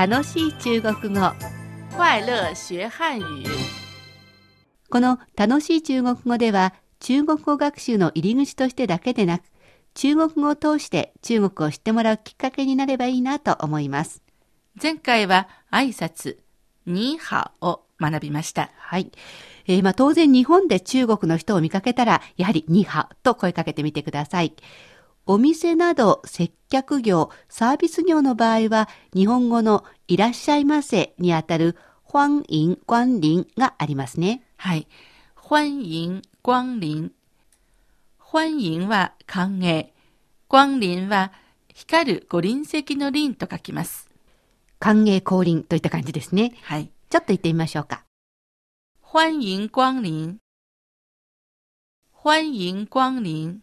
楽しい中国語。 快乐学汉语。 この楽しい中国語では、中国語学習の入り口としてだけでなく、中国語を通して中国を知ってもらうきっかけになればいいなと思います。 前回は挨拶、に好を学びました。 はい。当然日本で中国の人を見かけたら、やはりに好と声かけてみてください。お店など接客業、サービス業の場合は、日本語のいらっしゃいませにあたる欢迎光臨がありますね。 はい。欢迎光臨。欢迎は歓迎。光臨は光るご臨席の臨と書きます。 歓迎光臨といった感じですね。 はい。 ちょっと言ってみましょうか。 欢迎光臨。欢迎光臨。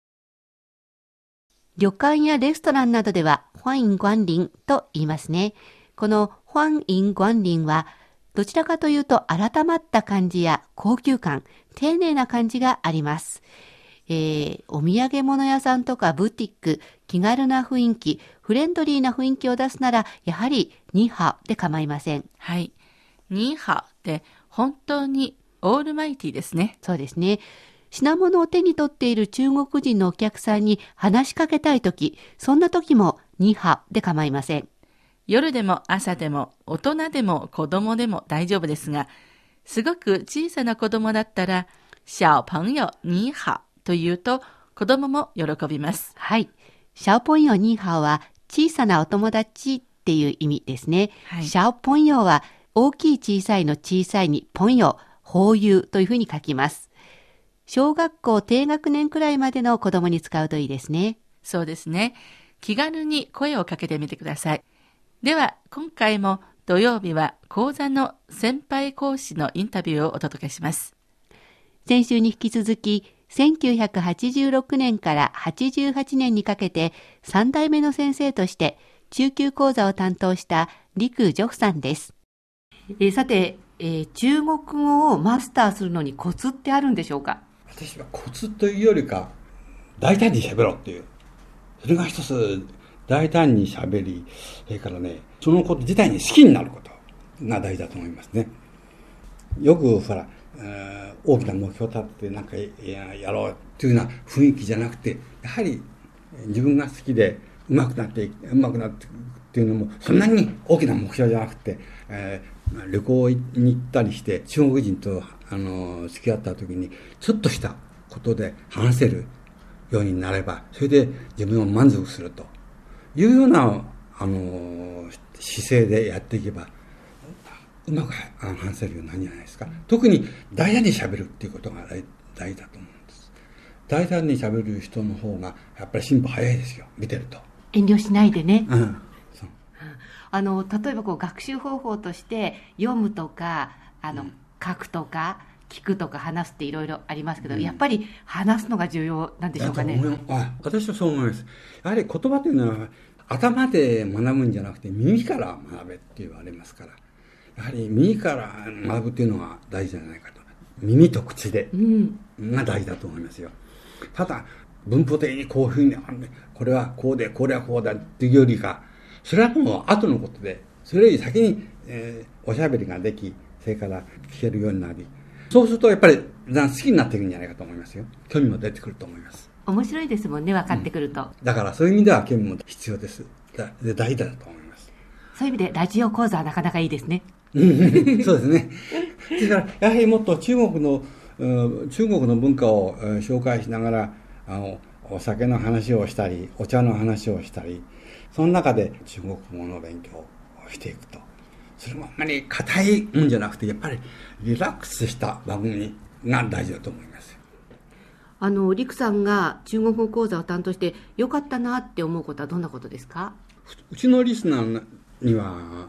旅館やレストランなどでは、欢迎光臨と言いますね。この欢迎光臨は、どちらかというと改まった感じや高級感、丁寧な感じがあります。お土産物屋さんとかブティック、気軽な雰囲気、フレンドリーな雰囲気を出すなら、やはりに好で構いません。 はい。に好って本当にオールマイティですね。 そうですね。品物を手に取っている中国人のお客さんに話しかけたいとき、そんなときもに好で構いません。 夜でも朝でも大人でも子供でも大丈夫ですが、すごく小さな子供だったら、小朋友に好と言うと子供も喜びます。 はい。小朋友に好は小さなお友達っていう意味ですね。 はい、 小朋友は大きい小さいの小さいに朋友、朋友というふうに書きます。小学校低学年くらいまでの子供に使うといいですね。 そうですね。気軽に声をかけてみてください。では、今回も土曜日は講座の先輩講師のインタビューをお届けします。 先週に引き続き、1986年から88年にかけて3代目の先生として中級講座を担当した陸ジョフさんです。さて、中国語をマスターするのにコツってあるんでしょうか？ 私はコツというよりか大胆に喋ろうっていう、それが一つ大胆に喋り、それからね、そのこと自体に好きになることが大事だと思いますね。よくほら、大きな目標を立ってなんか やろうっていうような雰囲気じゃなくて、やはり自分が好きで上手くなってっていうのもそんなに大きな目標じゃなくて、旅行に行ったりして中国人と付き合った時にちょっとしたことで話せるようになれば、それで自分を満足するというような姿勢でやっていけばうまく話せるようになるんじゃないですか。特に大胆に喋るっていうことが大事だと思うんです。大胆に喋る人の方がやっぱり進歩早いですよ、見てると。 遠慮しないでね。 うん、そう。 例えば学習方法として読むとか書くとか聞くとか話すっていろいろありますけど、やっぱり話すのが重要なんでしょうかね。 私はそう思います。やはり言葉というのは頭で学ぶんじゃなくて耳から学べって言われますから、やはり耳から学ぶっていうのが大事じゃないかと。耳と口でが大事だと思いますよ。ただ文法的にこういうふうにこれはこうでこれはこうだっていうよりか、それはもう後のことで、それより先に、おしゃべりができ、それから聞けるようになり、そうするとやっぱり好きになっていくんじゃないかと思いますよ。興味も出てくると思います。 面白いですもんね、分かってくると。 だからそういう意味では興味も必要です。大事だと思います。 そういう意味でラジオ講座はなかなかいいですね。 そうですね。ですからやはりもっと中国の文化を紹介しながらお酒の話をしたりお茶の話をしたり、その中で中国語の勉強をしていくと、それもあんまり硬いもんじゃなくて、やっぱりリラックスした番組が大事だと思います。 陸さんが中国語講座を担当してよかったなって思うことはどんなことですか？ うちのリスナーには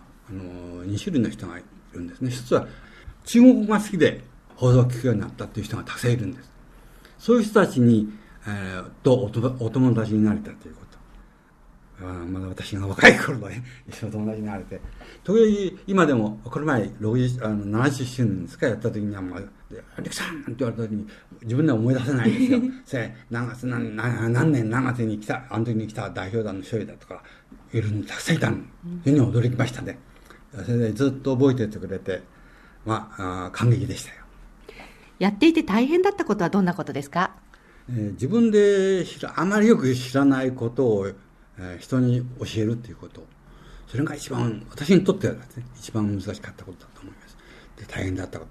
2種類の人がいるんですね。一つは中国語が好きで放送を聞くようになったっていう人がたくさんいるんです。そういう人たちに、とお友達になれたということ。まだ私が若い頃のね、一緒に友達になれて、時々今でもこの前70周年ですかやった時にはリクさんって言われた時に自分では思い出せないんですよ。何年何月に来た、あの時に来た代表団の一人だとかいいるのたくさんいたの。非常に驚きましたね。それでずっと覚えていてくれて、感激でしたよ。 やっていて大変だったことはどんなことですか？ 自分であまりよく知らないことを、人に教えるということ、それが一番私にとってはですね、一番難しかったことだと思います。で、大変だったこと、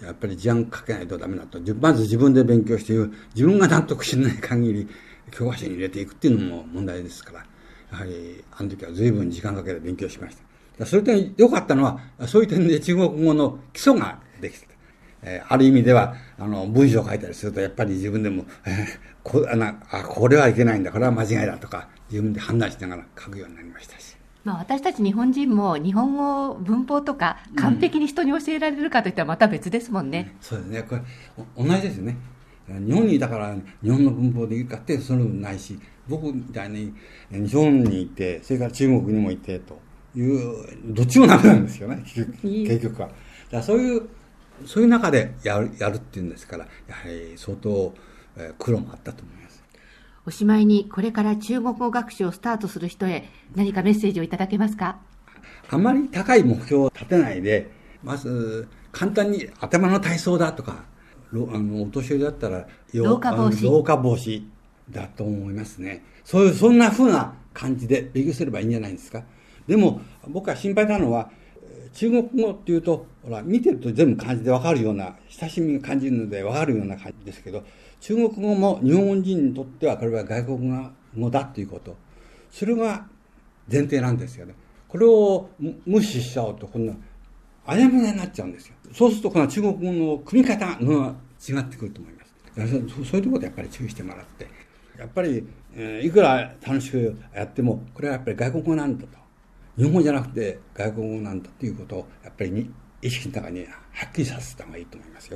やっぱり時間かけないとダメだと、まず自分で勉強して自分が納得しない限り教科書に入れていくっていうのも問題ですから、やはりあの時は随分時間かけて勉強しました。それで良かったのは、そういう点で中国語の基礎ができてた。ある意味では文章を書いたりするとやっぱり自分でも、これはいけないんだ、これは間違いだとか自分で判断しながら書くようになりましたし、 私たち日本人も日本語文法とか完璧に人に教えられるかといったらまた別ですもんね。 そうですね。これ同じですね。日本にいたから日本の文法でいいかってそれもないし、僕みたいに日本にいてそれから中国にもいてというどっちもダメなんですよね、結局は。だからそういう中でやるっていうんですから、やはり相当苦労もあったと思います。 おしまいに、これから中国語学習をスタートする人へ何かメッセージをいただけますか？ あまり高い目標を立てないで、まず簡単に頭の体操だとか、お年寄りだったら老化防止だと思いますね。そんな風な感じで勉強すればいいんじゃないですか。でも僕は心配なのは、中国語っていうと見てると全部漢字で分かるような、親しみが感じるので分かるような感じですけど、中国語も日本人にとってはこれは外国語だということ、それが前提なんですよね。これを無視しちゃうとこんなあやめになっちゃうんですよ。そうするとこの中国語の組み方が違ってくると思います。そういうところでやっぱり注意してもらって、やっぱり、いくら楽しくやってもこれはやっぱり外国語なんだと、日本語じゃなくて外国語なんだということをやっぱり意識の中にはっきりさせた方がいいと思いますよ。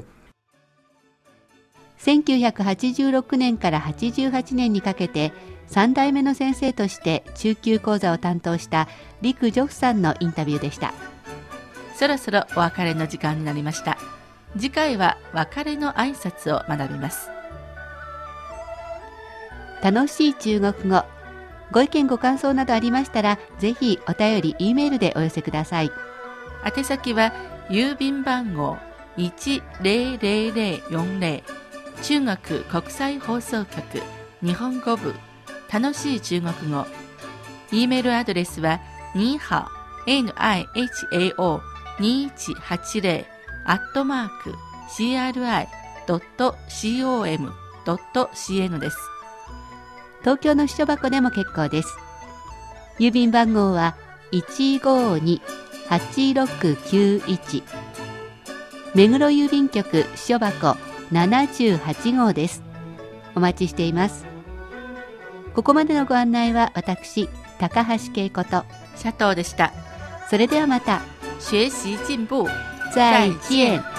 1986年から88年にかけて3代目の先生として中級講座を担当した陸ジョフさんのインタビューでした。 そろそろお別れの時間になりました。次回は別れの挨拶を学びます。 楽しい中国語、ご意見ご感想などありましたら、ぜひお便り E メールでお寄せください。 宛先は郵便番号 10040 中国国際放送局日本語部楽しい中国語。 E メールアドレスはには nihao@cri.com.cn です。 東京の支所箱でも結構です。郵便番号は 152-8691 目黒郵便局支所箱78号です。お待ちしています。ここまでのご案内は私高橋恵子とシャトーでした。 それではまた。 学習進步， 再見。